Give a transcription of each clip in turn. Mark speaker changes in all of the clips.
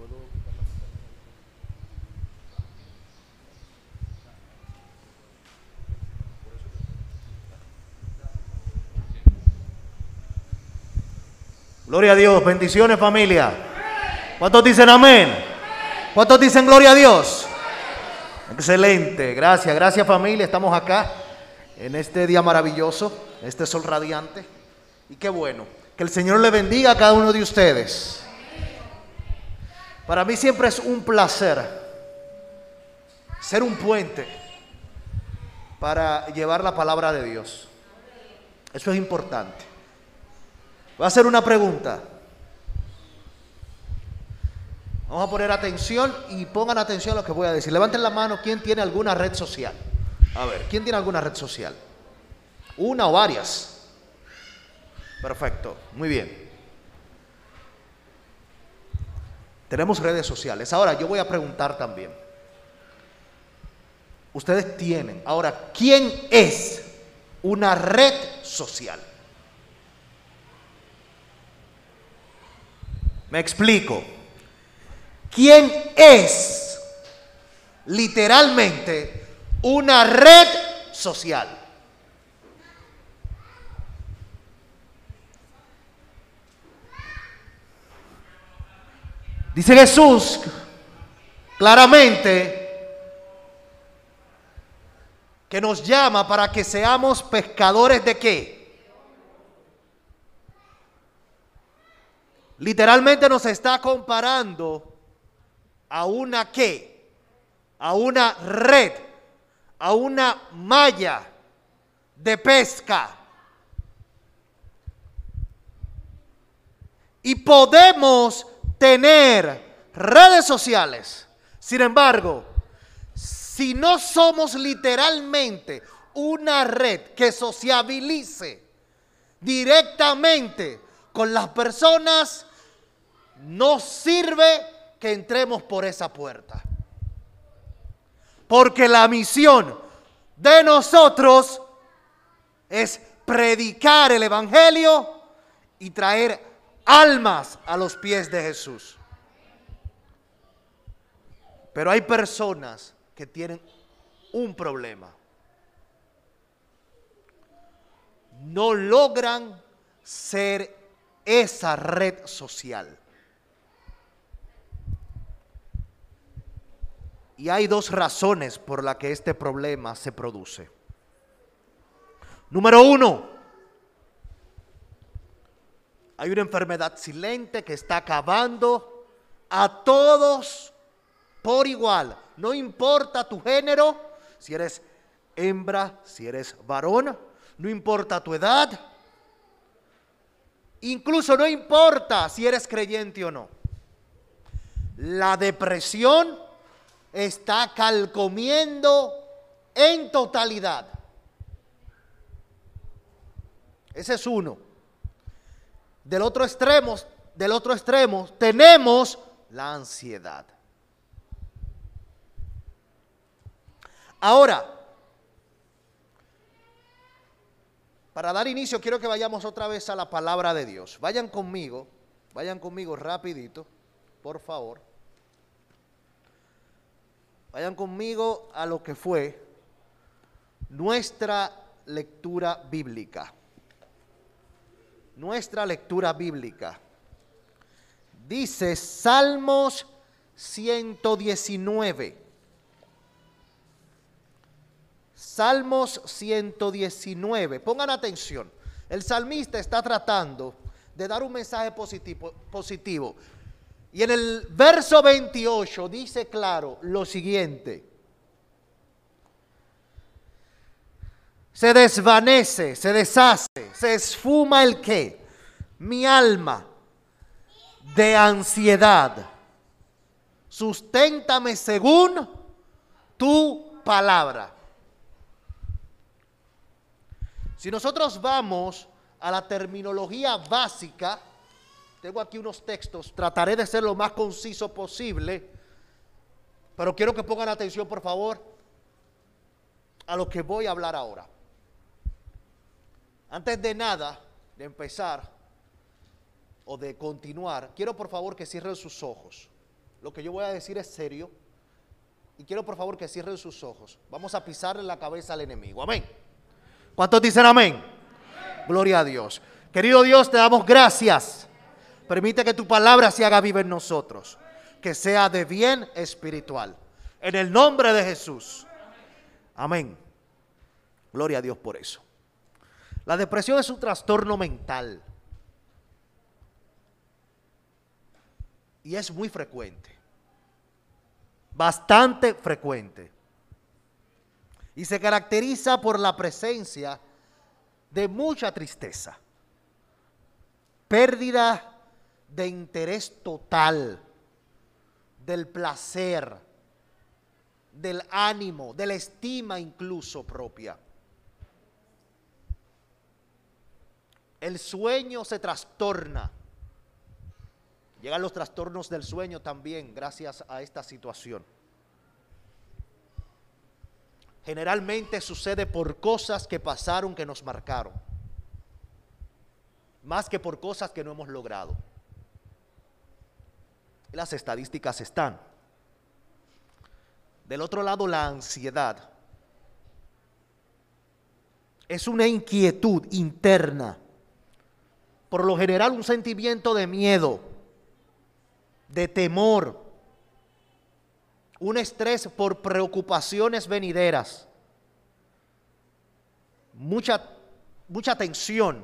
Speaker 1: Gloria a Dios, bendiciones familia. ¿Cuántos dicen amén? ¿Cuántos dicen gloria a Dios? Excelente, gracias familia. Estamos acá en este día maravilloso, este sol radiante. Y qué bueno, que el Señor le bendiga a cada uno de ustedes. Para mí siempre es un placer ser un puente para llevar la palabra de Dios. Eso es importante. Voy a hacer una pregunta. Vamos a poner atención y pongan atención a lo que voy a decir. Levanten la mano, ¿quién tiene alguna red social? A ver, ¿quién tiene alguna red social? ¿Una o varias? Perfecto, muy bien. Tenemos redes sociales. Ahora yo voy a preguntar también. Ustedes tienen. Ahora, ¿quién es una red social? Me explico. ¿Quién es literalmente una red social? Dice Jesús claramente que nos llama para que seamos pescadores ¿de qué? Literalmente nos está comparando a una ¿qué? A una red, a una malla de pesca. Y podemos tener redes sociales. Sin embargo, si no somos literalmente una red que sociabilice directamente con las personas, no sirve que entremos por esa puerta. Porque la misión de nosotros es predicar el evangelio y traer almas a los pies de Jesús. Pero hay personas que tienen un problema. No logran ser esa red social. Y hay dos razones por las que este problema se produce. Número uno, hay una enfermedad silente que está acabando a todos por igual. No importa tu género, si eres hembra, si eres varón, no importa tu edad, incluso no importa si eres creyente o no. La depresión está calcomiendo en totalidad. Ese es uno. Del otro extremo tenemos la ansiedad. Ahora, para dar inicio quiero que vayamos otra vez a la palabra de Dios. Vayan conmigo rapidito, por favor. Vayan conmigo a lo que fue nuestra lectura bíblica. Nuestra lectura bíblica. Dice Salmos 119. Salmos 119. Pongan atención. El salmista está tratando de dar un mensaje positivo. Y en el verso 28 dice claro lo siguiente. Se desvanece, se deshace, se esfuma el qué. Mi alma de ansiedad. Susténtame según tu palabra. Si nosotros vamos a la terminología básica, tengo aquí unos textos, trataré de ser lo más conciso posible, pero quiero que pongan atención, por favor, a lo que voy a hablar ahora. Antes de nada, de empezar o de continuar, quiero por favor que cierren sus ojos. lo que yo voy a decir es serio. Y quiero por favor que cierren sus ojos. Vamos a pisarle la cabeza al enemigo. Amén. ¿Cuántos dicen amén? Amén. Gloria a Dios. Querido Dios, te damos gracias. Permite que tu palabra se haga viva en nosotros. Que sea de bien espiritual. En el nombre de Jesús. Amén. Gloria a Dios por eso. La depresión es un trastorno mental. Y es muy frecuente. Bastante frecuente. Y se caracteriza por la presencia de mucha tristeza. Pérdida de interés total. Del placer. Del ánimo. De la estima incluso propia. El sueño se trastorna. Llegan los trastornos del sueño también gracias a esta situación. Generalmente sucede por cosas que pasaron, que nos marcaron. Más que por cosas que no hemos logrado. Y las estadísticas están. Del otro lado, la ansiedad. Es una inquietud interna. Por lo general, un sentimiento de miedo, de temor, un estrés por preocupaciones venideras, mucha tensión.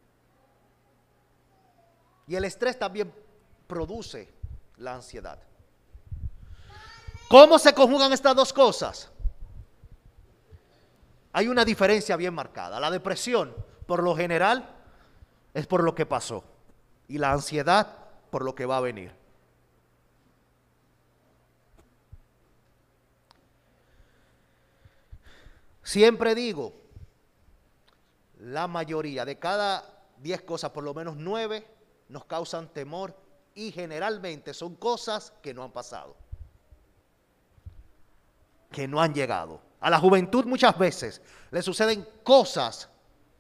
Speaker 1: Y el estrés también produce la ansiedad. ¿Cómo se conjugan estas dos cosas? Hay una diferencia bien marcada. La depresión, por lo general, es por lo que pasó. Y la ansiedad, por lo que va a venir. Siempre digo, la mayoría de cada 10 cosas, por lo menos 9, nos causan temor y generalmente son cosas que no han pasado, que no han llegado. A la juventud muchas veces le suceden cosas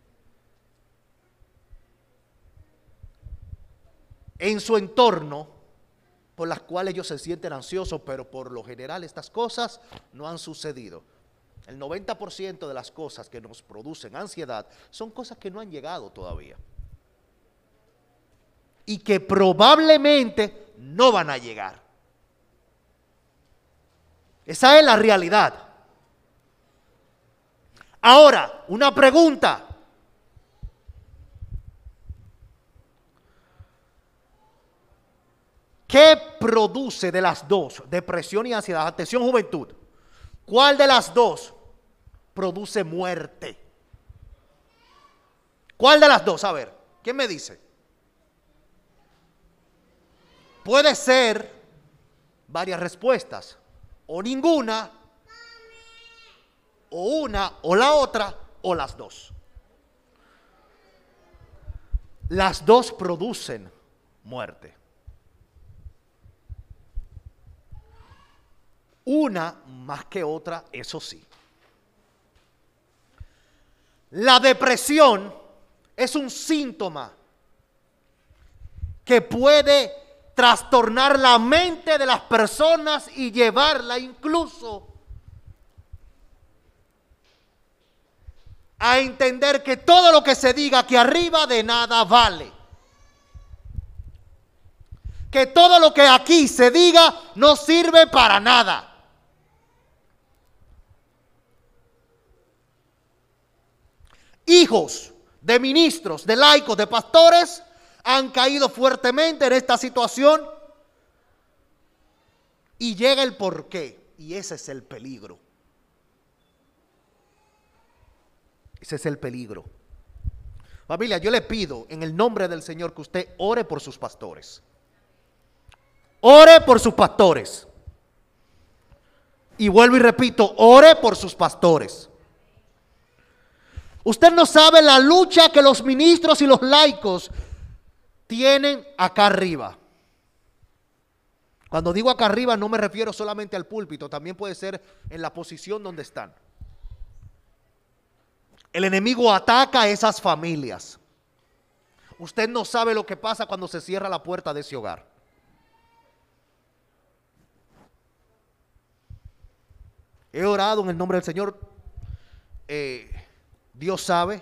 Speaker 1: en su entorno por las cuales ellos se sienten ansiosos, pero por lo general estas cosas no han sucedido. El 90% de las cosas que nos producen ansiedad son cosas que no han llegado todavía. Y que probablemente no van a llegar. Esa es la realidad. Ahora, una pregunta. ¿Qué produce de las dos, depresión y ansiedad? Atención, juventud. ¿Cuál de las dos produce muerte? ¿Cuál de las dos? A ver, ¿quién me dice? Puede ser varias respuestas, o ninguna, o una, o la otra, o las dos. Las dos producen muerte. Una más que otra, eso sí. La depresión es un síntoma que puede trastornar la mente de las personas y llevarla incluso a entender que todo lo que se diga aquí arriba de nada vale. Que todo lo que aquí se diga no sirve para nada. Hijos de ministros, de laicos, de pastores han caído fuertemente en esta situación y llega el porqué, y ese es el peligro. Ese es el peligro. Familia, yo le pido en el nombre del Señor que usted ore por sus pastores. Ore por sus pastores. Y vuelvo y repito, ore por sus pastores. Usted no sabe la lucha que los ministros y los laicos tienen acá arriba. Cuando digo acá arriba no me refiero solamente al púlpito, también puede ser en la posición donde están. El enemigo ataca a esas familias. Usted no sabe lo que pasa cuando se cierra la puerta de ese hogar. He orado en el nombre del Señor. Dios sabe,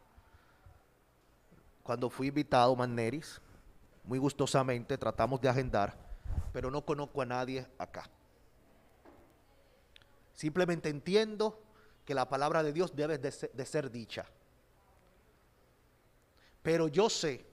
Speaker 1: cuando fui invitado, Manneris, muy gustosamente tratamos de agendar, pero no conozco a nadie acá. Simplemente entiendo que la palabra de Dios debe de ser dicha. Pero yo sé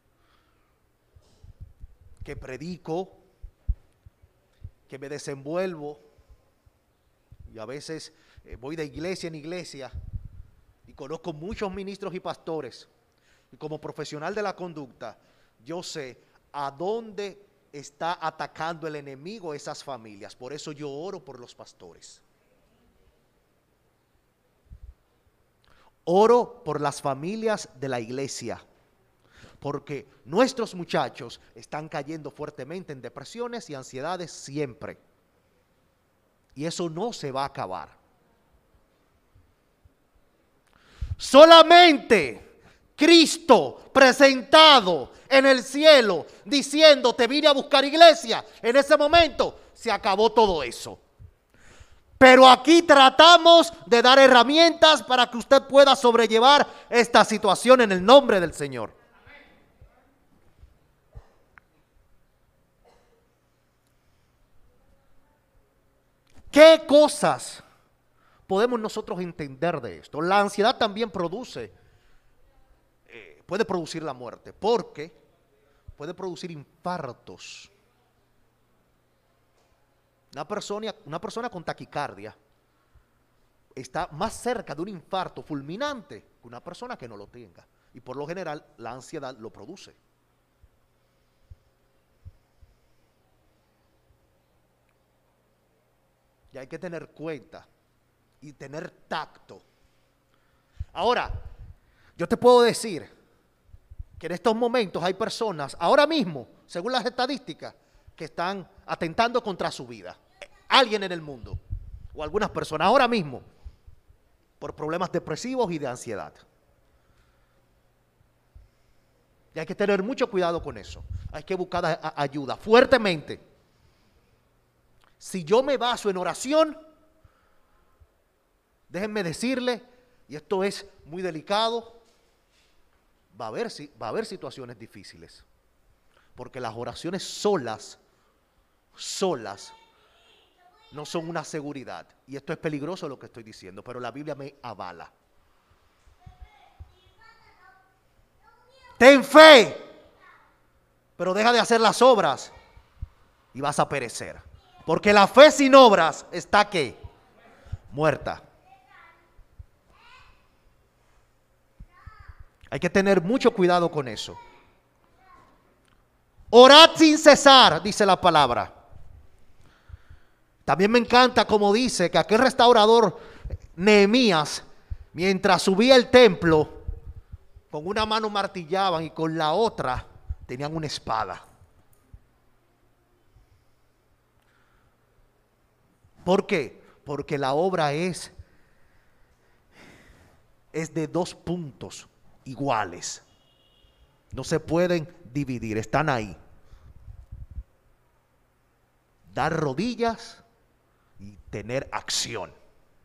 Speaker 1: que predico, que me desenvuelvo, y a veces voy de iglesia en iglesia y conozco muchos ministros y pastores. Y como profesional de la conducta, yo sé a dónde está atacando el enemigo esas familias. Por eso yo oro por los pastores. Oro por las familias de la iglesia, porque nuestros muchachos están cayendo fuertemente en depresiones y ansiedades siempre. Y eso no se va a acabar. Solamente Cristo presentado en el cielo diciendo te vine a buscar iglesia, en ese momento se acabó todo eso. Pero aquí tratamos de dar herramientas para que usted pueda sobrellevar esta situación en el nombre del Señor. ¿Qué cosas podemos nosotros entender de esto? La ansiedad también puede producir la muerte, porque puede producir infartos. Una persona con taquicardia está más cerca de un infarto fulminante que una persona que no lo tenga. Y por lo general la ansiedad lo produce. Y hay que tener cuenta y tener tacto. Ahora, yo te puedo decir que en estos momentos hay personas, ahora mismo, según las estadísticas, que están atentando contra su vida. Alguien en el mundo, o algunas personas, ahora mismo, por problemas depresivos y de ansiedad. Y hay que tener mucho cuidado con eso. Hay que buscar ayuda fuertemente. Si yo me baso en oración, déjenme decirle, y esto es muy delicado, va a haber situaciones difíciles. Porque las oraciones solas no son una seguridad. Y esto es peligroso lo que estoy diciendo, pero la Biblia me avala. Ten fe, pero deja de hacer las obras y vas a perecer. Porque la fe sin obras está ¿qué? Muerta. Hay que tener mucho cuidado con eso. Orad sin cesar, dice la palabra. También me encanta como dice que aquel restaurador Nehemías, mientras subía el templo, con una mano martillaban y con la otra tenían una espada. ¿Por qué? Porque la obra es de dos puntos iguales. No se pueden dividir, están ahí. Dar rodillas y tener acción.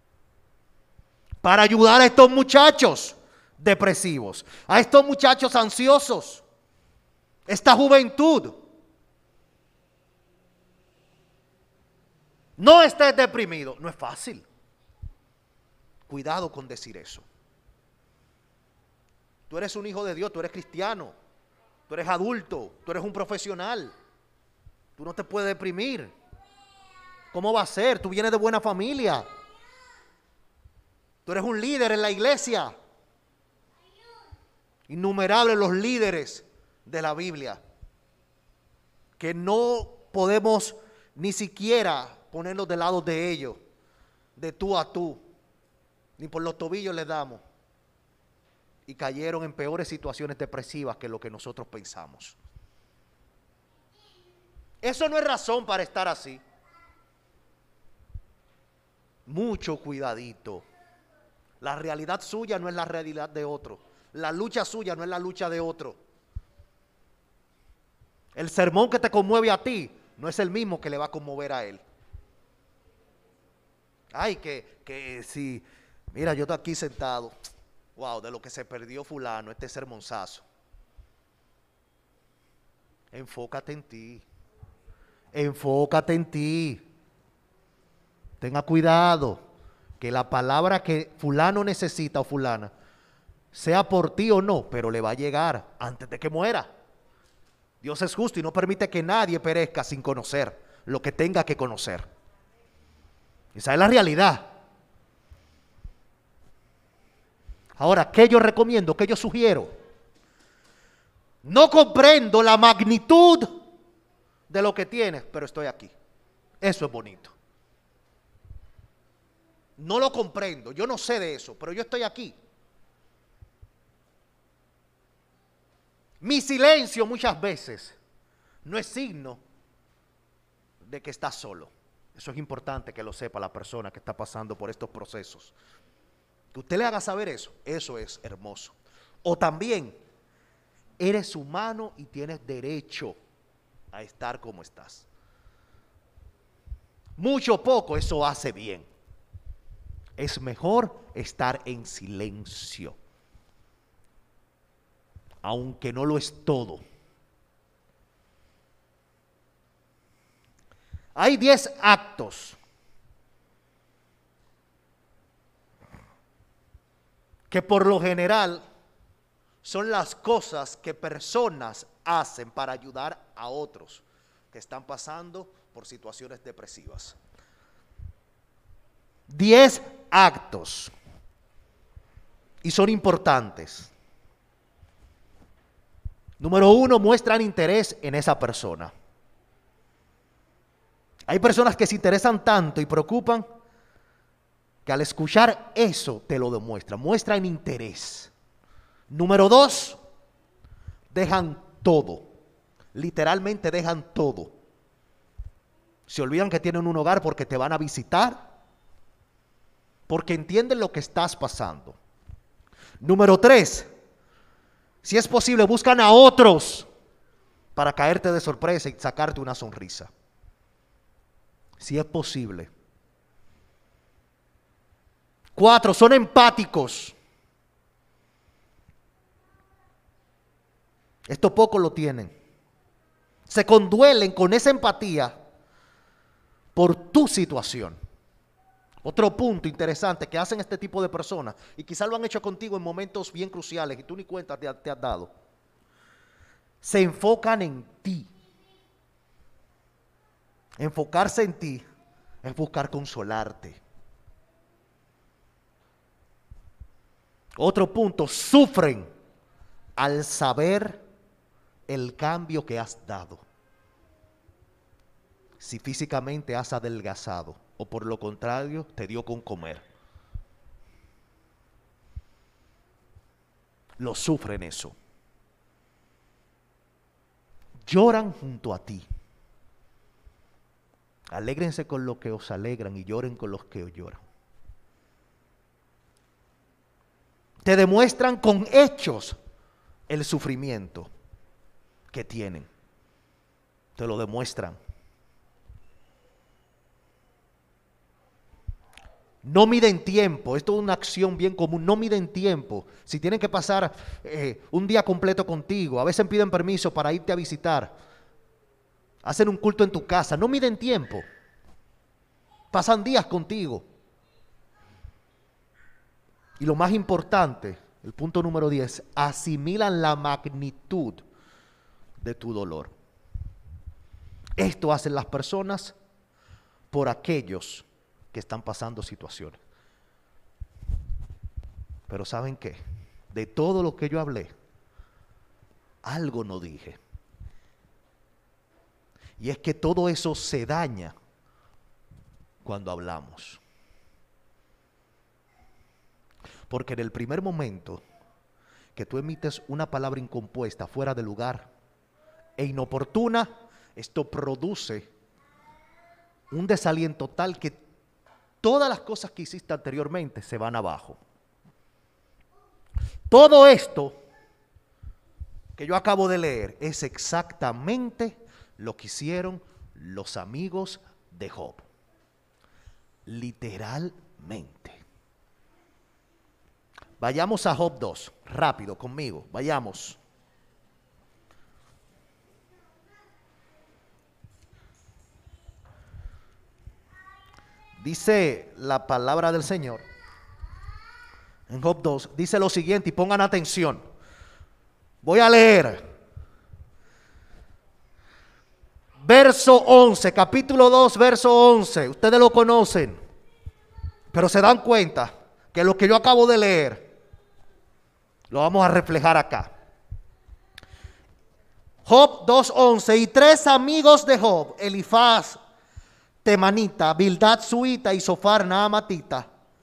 Speaker 1: Para ayudar a estos muchachos depresivos, a estos muchachos ansiosos, esta juventud. No estés deprimido, no es fácil. Cuidado con decir eso. Tú eres un hijo de Dios, tú eres cristiano, tú eres adulto, tú eres un profesional. Tú no te puedes deprimir. ¿Cómo va a ser? Tú vienes de buena familia. Tú eres un líder en la iglesia. Innumerables los líderes de la Biblia que no podemos ni siquiera ponernos del lado de ellos, de tú a tú, ni por los tobillos les damos. Y cayeron en peores situaciones depresivas que lo que nosotros pensamos. Eso no es razón para estar así. Mucho cuidadito. La realidad suya no es la realidad de otro. La lucha suya no es la lucha de otro. El sermón que te conmueve a ti no es el mismo que le va a conmover a él. Ay, que si, mira, yo estoy aquí sentado, wow, de lo que se perdió fulano, este sermonzazo. Enfócate en ti. Enfócate en ti. Tenga cuidado que la palabra que fulano necesita o fulana, sea por ti o no, pero le va a llegar antes de que muera. Dios es justo y no permite que nadie perezca sin conocer lo que tenga que conocer. Esa es la realidad. Ahora, ¿qué yo recomiendo? ¿Qué yo sugiero? No comprendo la magnitud de lo que tienes, pero estoy aquí. Eso es bonito. No lo comprendo, yo no sé de eso, pero yo estoy aquí. Mi silencio muchas veces no es signo de que estás solo. Eso es importante que lo sepa la persona que está pasando por estos procesos. Que usted le haga saber eso es hermoso. O también, eres humano y tienes derecho a estar como estás. Mucho o poco, eso hace bien. Es mejor estar en silencio, aunque no lo es todo. Hay 10 actos que por lo general son las cosas que personas hacen para ayudar a otros que están pasando por situaciones depresivas. 10 actos. Y son importantes. Número 1, muestran interés en esa persona. Hay personas que se interesan tanto y preocupan que al escuchar eso te lo demuestran. Muestran interés. Número 2, dejan todo. Literalmente dejan todo. Se olvidan que tienen un hogar porque te van a visitar, porque entienden lo que estás pasando. Número 3, si es posible, buscan a otros para caerte de sorpresa y sacarte una sonrisa. Si es posible. 4, son empáticos. Esto poco lo tienen. Se conduelen con esa empatía por tu situación. Otro punto interesante que hacen este tipo de personas, y quizás lo han hecho contigo en momentos bien cruciales y tú ni cuenta te has dado, se enfocan en ti. Enfocarse en ti es buscar consolarte. Otro punto, sufren al saber el cambio que has dado. Si físicamente has adelgazado o por lo contrario te dio con comer. Lo sufren eso. Lloran junto a ti. Alégrense con lo que os alegran y lloren con los que os lloran. Te demuestran con hechos el sufrimiento que tienen. Te lo demuestran. No miden tiempo, esto es una acción bien común, no miden tiempo. Si tienen que pasar un día completo contigo, a veces piden permiso para irte a visitar, hacen un culto en tu casa, no miden tiempo. Pasan días contigo. Y lo más importante, el punto número 10, asimilan la magnitud de tu dolor. Esto hacen las personas por aquellos que están pasando situaciones. Pero ¿saben qué? De todo lo que yo hablé, algo no dije. Y es que todo eso se daña cuando hablamos. Porque en el primer momento que tú emites una palabra incompuesta, fuera de lugar e inoportuna, esto produce un desaliento tal que todas las cosas que hiciste anteriormente se van abajo. Todo esto que yo acabo de leer es exactamente lo que hicieron los amigos de Job. literalmente. Vayamos a Job 2, rápido conmigo, vayamos. Dice la palabra del Señor en Job 2, dice lo siguiente y pongan atención. Voy a leer verso 11, capítulo 2, verso 11. Ustedes lo conocen, pero se dan cuenta que lo que yo acabo de leer lo vamos a reflejar acá. Job 2:11. Y 3 amigos de Job, Elifaz Temanita, Bildad Suita y Sofar Naamatita,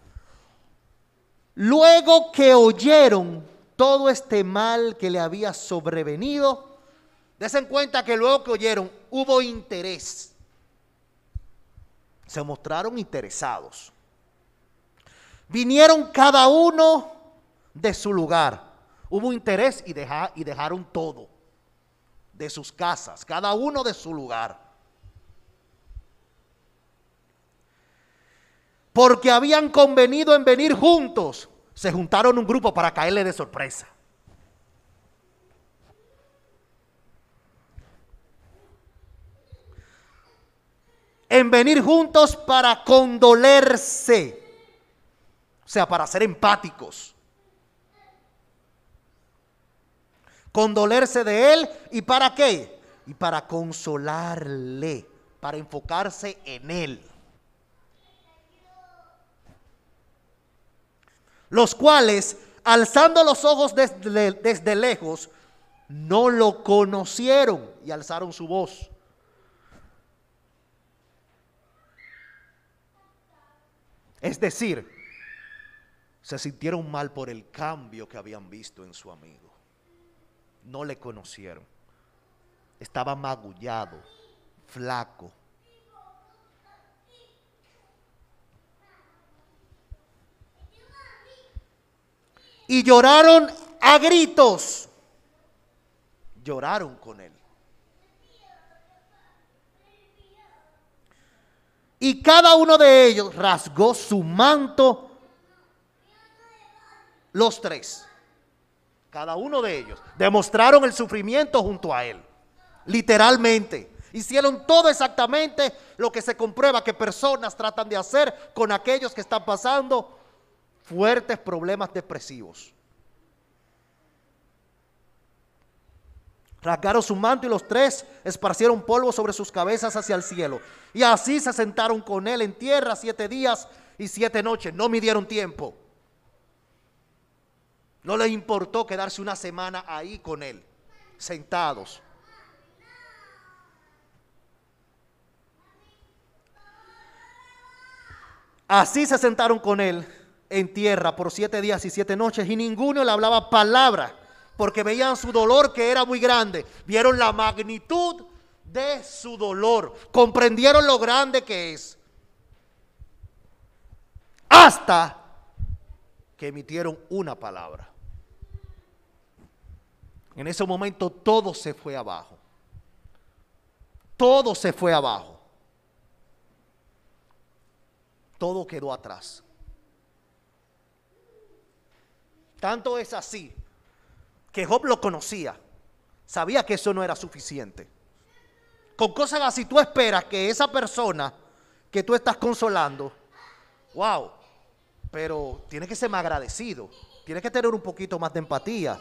Speaker 1: luego que oyeron todo este mal que le había sobrevenido, desen cuenta que luego que oyeron hubo interés, se mostraron interesados, vinieron cada uno de su lugar, hubo interés y dejaron todo de sus casas, cada uno de su lugar. Porque habían convenido en venir juntos, se juntaron un grupo para caerle de sorpresa. En venir juntos para condolerse, o sea, para ser empáticos. Condolerse de él, ¿y para qué? Y para consolarle, para enfocarse en él. Los cuales, alzando los ojos desde lejos, no lo conocieron y alzaron su voz. Es decir, se sintieron mal por el cambio que habían visto en su amigo. No le conocieron. Estaba magullado, flaco. Y lloraron a gritos. Lloraron con él. Y cada uno de ellos rasgó su manto. Los 3. Cada uno de ellos demostraron el sufrimiento junto a él. Literalmente. Hicieron todo exactamente lo que se comprueba que personas tratan de hacer con aquellos que están pasando fuertes problemas depresivos. Rasgaron su manto y los 3 esparcieron polvo sobre sus cabezas hacia el cielo. Y así se sentaron con él en tierra 7 días y 7 noches. No midieron tiempo. No les importó quedarse una semana ahí con él, sentados. Así se sentaron con él en tierra por 7 días y 7 noches y ninguno le hablaba palabra porque veían su dolor que era muy grande. Vieron la magnitud de su dolor, comprendieron lo grande que es. Hasta que emitieron una palabra. En ese momento todo se fue abajo. Todo se fue abajo. Todo quedó atrás. Tanto es así que Job lo conocía. Sabía que eso no era suficiente. Con cosas así tú esperas que esa persona que tú estás consolando, wow, pero tienes que ser más agradecido. Tienes que tener un poquito más de empatía.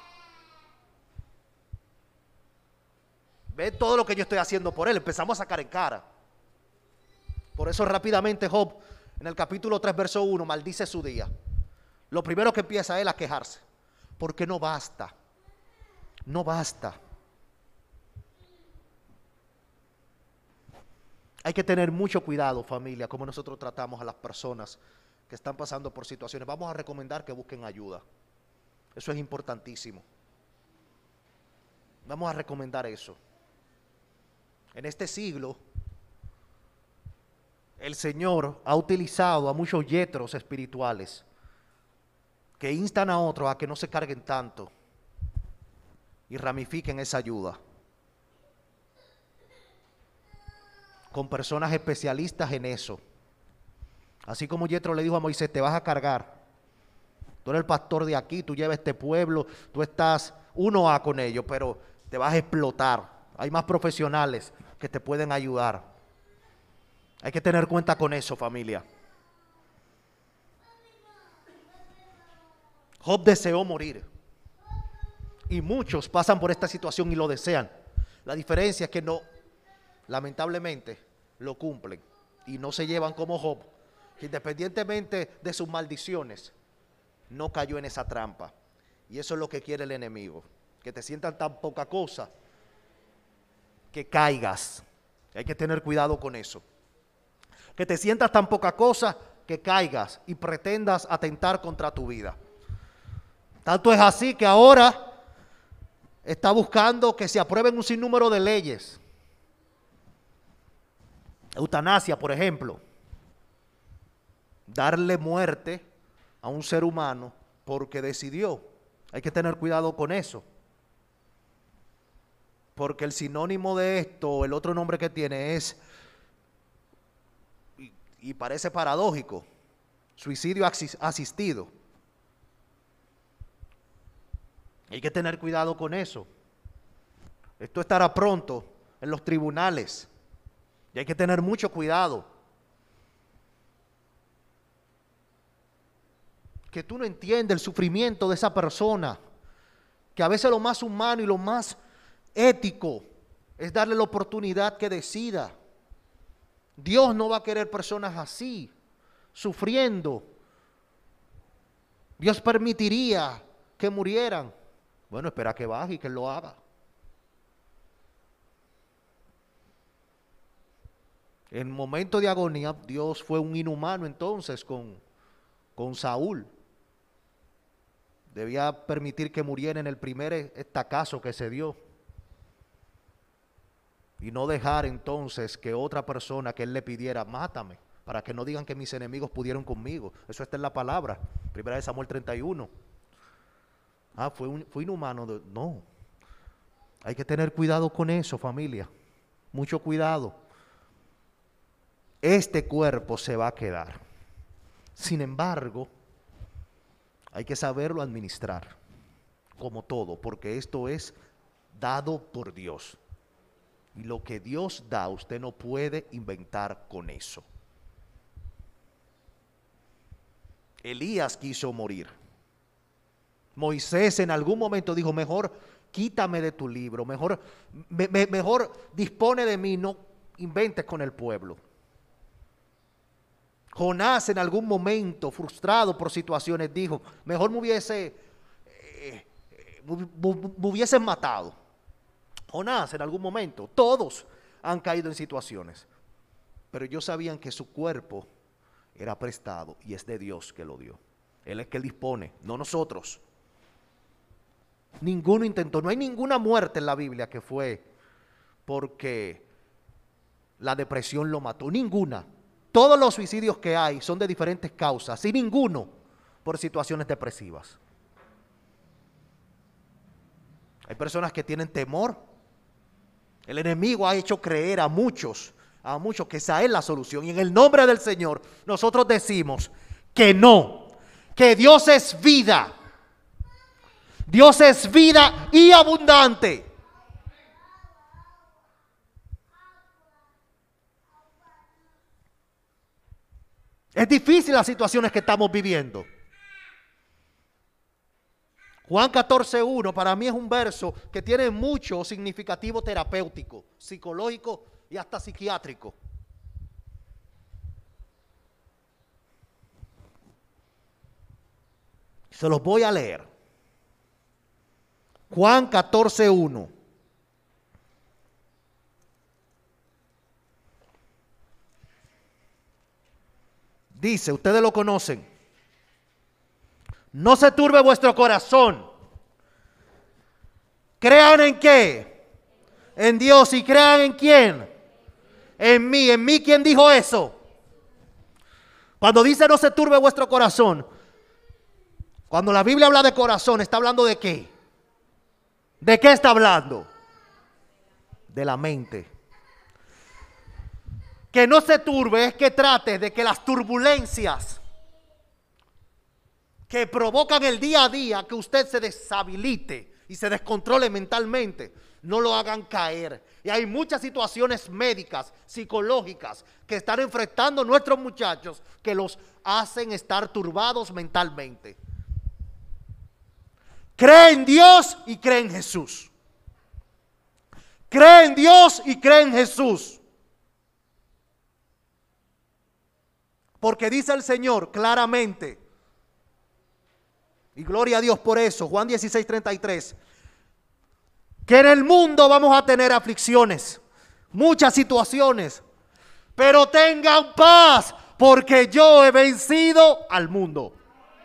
Speaker 1: Ve todo lo que yo estoy haciendo por él. Empezamos a sacar en cara. Por eso rápidamente Job, en el capítulo 3, verso 1, maldice su día. Lo primero que empieza él a quejarse. Porque no basta. No basta. Hay que tener mucho cuidado, familia, como nosotros tratamos a las personas que están pasando por situaciones. Vamos a recomendar que busquen ayuda. Eso es importantísimo. Vamos a recomendar eso. En este siglo, el Señor ha utilizado a muchos yetros espirituales que instan a otros a que no se carguen tanto y ramifiquen esa ayuda con personas especialistas en eso. Así como Yetro le dijo a Moisés, te vas a cargar. Tú eres el pastor de aquí, tú llevas este pueblo, tú estás 1A con ellos, pero te vas a explotar. Hay más profesionales que te pueden ayudar. Hay que tener cuenta con eso, familia. Job deseó morir. Y muchos pasan por esta situación y lo desean. La diferencia es que no, lamentablemente, lo cumplen. Y no se llevan como Job, que independientemente de sus maldiciones, no cayó en esa trampa. Y eso es lo que quiere el enemigo. Que te sientan tan poca cosa que caigas. Hay que tener cuidado con eso. Que te sientas tan poca cosa que caigas y pretendas atentar contra tu vida. Tanto es así que ahora está buscando que se aprueben un sinnúmero de leyes. Eutanasia, por ejemplo. Darle muerte a un ser humano porque decidió. Hay que tener cuidado con eso. Porque el sinónimo de esto, el otro nombre que tiene es, y parece paradójico, suicidio asistido. Hay que tener cuidado con eso. Esto estará pronto en los tribunales y hay que tener mucho cuidado. Que tú no entiendes el sufrimiento de esa persona, que a veces lo más humano y lo más ético es darle la oportunidad que decida. Dios no va a querer personas así, sufriendo. Dios permitiría que murieran. Bueno, espera que baje y que Él lo haga. En momento de agonía, Dios fue un inhumano entonces con Saúl. Debía permitir que muriera en el primer estacazo que se dio. Y no dejar entonces que otra persona que Él le pidiera, mátame, para que no digan que mis enemigos pudieron conmigo. Eso está en la palabra, 1 Samuel 31. Fue inhumano. No, hay que tener cuidado con eso, familia. Mucho cuidado. Este cuerpo se va a quedar. Sin embargo, hay que saberlo administrar, como todo, porque esto es dado por Dios. Y lo que Dios da, usted no puede inventar con eso. Elías quiso morir. Moisés en algún momento dijo, mejor quítame de tu libro, mejor dispone de mí, no inventes con el pueblo. Jonás en algún momento, frustrado por situaciones, dijo, mejor me hubiesen matado. Jonás en algún momento, todos han caído en situaciones, pero ellos sabían que su cuerpo era prestado y es de Dios que lo dio. Él es que dispone, no nosotros. Ninguno intentó, no hay ninguna muerte en la Biblia que fue porque la depresión lo mató, ninguna. Todos los suicidios que hay son de diferentes causas y ninguno por situaciones depresivas. Hay personas que tienen temor. El enemigo ha hecho creer a muchos que esa es la solución. Y en el nombre del Señor nosotros decimos que no, que Dios es vida. Dios es vida y abundante. Es difícil las situaciones que estamos viviendo. Juan 14:1 para mí es un verso que tiene mucho significativo terapéutico, psicológico y hasta psiquiátrico. Se los voy a leer. Juan 14:1. Dice, ustedes lo conocen. No se turbe vuestro corazón. Crean en qué? En Dios. ¿Y crean en quién? En mí. ¿En mí quién dijo eso? Cuando dice no se turbe vuestro corazón, cuando la Biblia habla de corazón, ¿está hablando de qué? ¿De qué está hablando? De la mente. que no se turbe es que trate de que las turbulencias que provocan el día a día, que usted se deshabilite y se descontrole mentalmente, no lo hagan caer. Y hay muchas situaciones médicas, psicológicas, que están enfrentando nuestros muchachos, que los hacen estar turbados mentalmente. Cree en Dios y cree en Jesús. Cree en Dios y cree en Jesús. Porque dice el Señor claramente, y gloria a Dios por eso, Juan 16:33, que en el mundo vamos a tener aflicciones, muchas situaciones, pero tengan paz, porque yo he vencido al mundo.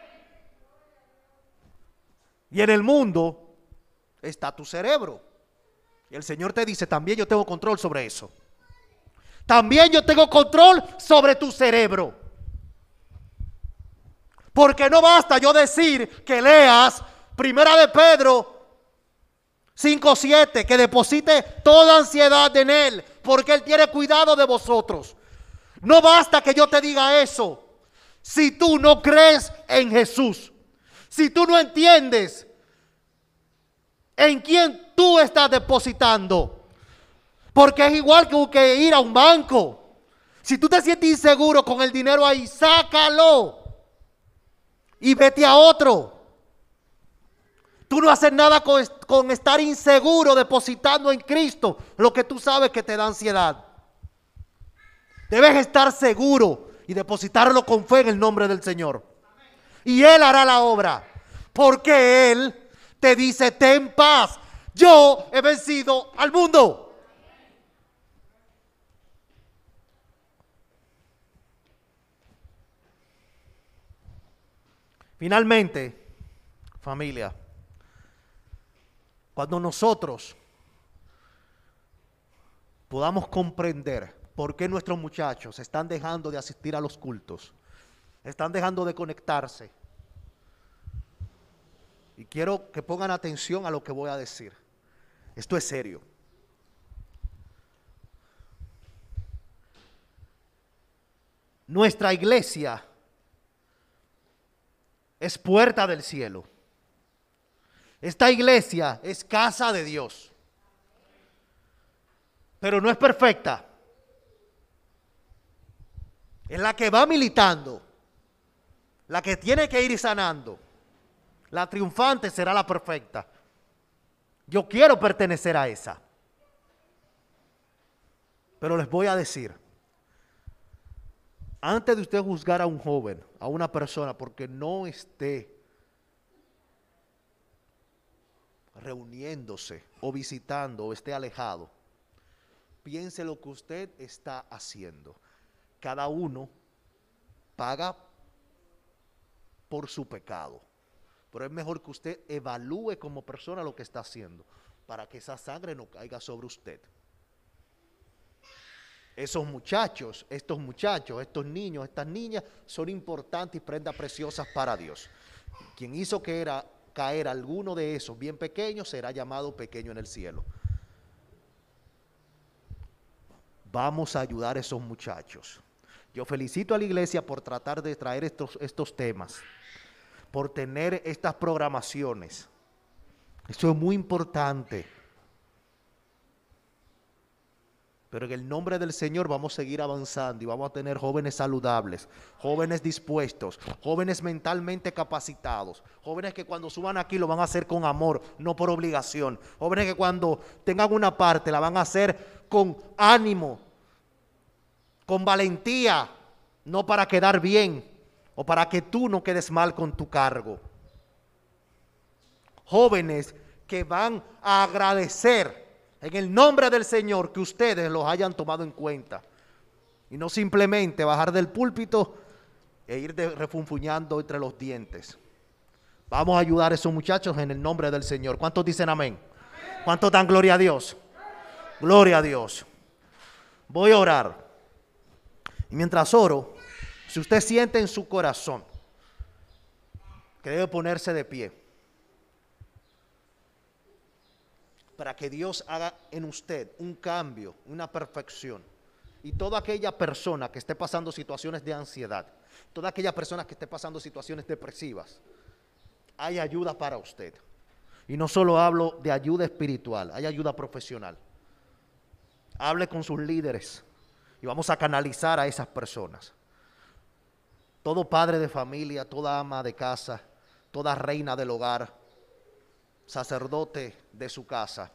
Speaker 1: Y en el mundo está tu cerebro. Y el Señor te dice, también yo tengo control sobre eso. También yo tengo control sobre tu cerebro. Porque no basta yo decir que leas Primera de Pedro 5:7, que deposite toda ansiedad en Él, porque Él tiene cuidado de vosotros. No basta que yo te diga eso si tú no crees en Jesús, si tú no entiendes en quién tú estás depositando, porque es igual que ir a un banco. Si tú te sientes inseguro con el dinero ahí, sácalo y vete a otro. Tú no haces nada con estar inseguro depositando en Cristo lo que tú sabes que te da ansiedad. Debes estar seguro y depositarlo con fe en el nombre del Señor. Y Él hará la obra, porque Él te dice, ten paz, yo he vencido al mundo. Finalmente, familia, cuando nosotros podamos comprender por qué nuestros muchachos están dejando de asistir a los cultos, están dejando de conectarse, y quiero que pongan atención a lo que voy a decir. Esto es serio. Nuestra iglesia es puerta del cielo. Esta iglesia es casa de Dios. Pero no es perfecta. Es la que va militando, la que tiene que ir sanando. La triunfante será la perfecta. Yo quiero pertenecer a esa. Pero les voy a decir, antes de usted juzgar a un joven, a una persona, porque no esté reuniéndose o visitando o esté alejado, piense lo que usted está haciendo. Cada uno paga por su pecado, pero es mejor que usted evalúe como persona lo que está haciendo, para que esa sangre no caiga sobre usted. Esos muchachos, estos niños, estas niñas son importantes y prendas preciosas para Dios. Quien hizo caer a alguno de esos bien pequeños será llamado pequeño en el cielo. Vamos a ayudar a esos muchachos. Yo felicito a la iglesia por tratar de traer estos temas, por tener estas programaciones. Eso es muy importante. Pero en el nombre del Señor vamos a seguir avanzando y vamos a tener jóvenes saludables, jóvenes dispuestos, jóvenes mentalmente capacitados, jóvenes que cuando suban aquí lo van a hacer con amor, no por obligación, jóvenes que cuando tengan una parte la van a hacer con ánimo, con valentía, no para quedar bien o para que tú no quedes mal con tu cargo. Jóvenes que van a agradecer en el nombre del Señor que ustedes los hayan tomado en cuenta y no simplemente bajar del púlpito e ir refunfuñando entre los dientes. Vamos a ayudar a esos muchachos en el nombre del Señor. ¿Cuántos dicen amén? ¿Cuántos dan gloria a Dios? Gloria a Dios. Voy a orar. Y mientras oro, si usted siente en su corazón que debe ponerse de pie, para que Dios haga en usted un cambio, una perfección, Y toda aquella persona que esté pasando situaciones de ansiedad, toda aquella persona que esté pasando situaciones depresivas, hay ayuda para usted. Y no solo hablo de ayuda espiritual, hay ayuda profesional. Hable con sus líderes y vamos a canalizar a esas personas. Todo padre de familia, toda ama de casa, toda reina del hogar, sacerdote de su casa,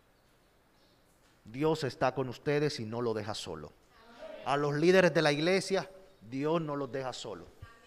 Speaker 1: Dios está con ustedes y no lo deja solo. A los líderes de la iglesia, Dios no los deja solo.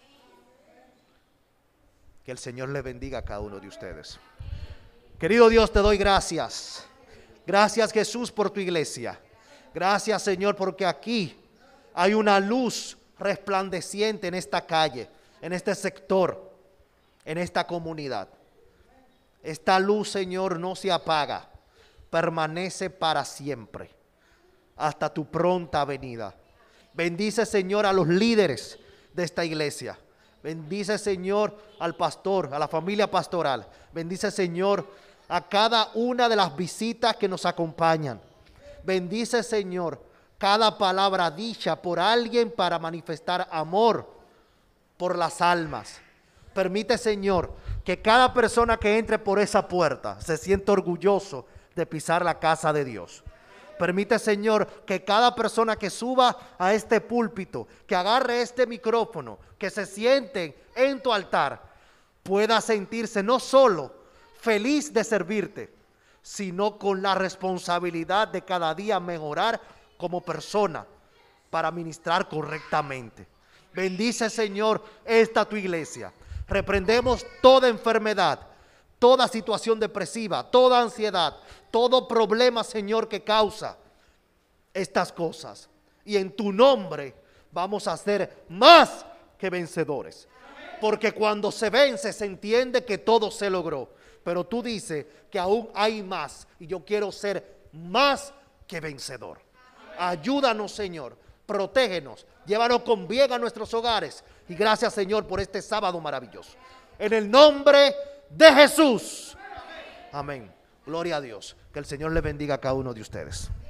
Speaker 1: Que el Señor les bendiga a cada uno de ustedes. Querido Dios, te doy gracias. Gracias, Jesús, por tu iglesia. Gracias, Señor, porque aquí hay una luz resplandeciente en esta calle, en este sector, en esta comunidad. Esta luz, Señor, no se apaga, permanece para siempre, hasta tu pronta venida. Bendice, Señor, a los líderes de esta iglesia. Bendice, Señor, al pastor, a la familia pastoral. Bendice, Señor, a cada una de las visitas que nos acompañan. Bendice, Señor, cada palabra dicha por alguien para manifestar amor por las almas. Permite, Señor, que cada persona que entre por esa puerta se sienta orgulloso de pisar la casa de Dios. Permite, Señor, que cada persona que suba a este púlpito, que agarre este micrófono, que se sienten en tu altar, pueda sentirse no solo feliz de servirte, sino con la responsabilidad de cada día mejorar como persona para ministrar correctamente. Bendice, Señor, esta tu iglesia. Reprendemos toda enfermedad, toda situación depresiva, toda ansiedad, todo problema, Señor, que causa estas cosas. Y en tu nombre vamos a ser más que vencedores. Porque cuando se vence se entiende que todo se logró. Pero tú dices que aún hay más. Y yo quiero ser más que vencedor. Ayúdanos, Señor. Protégenos. Llévanos con bien a nuestros hogares. Y gracias, Señor, por este sábado maravilloso. En el nombre de Jesús. Amén. Gloria a Dios. Que el Señor le bendiga a cada uno de ustedes.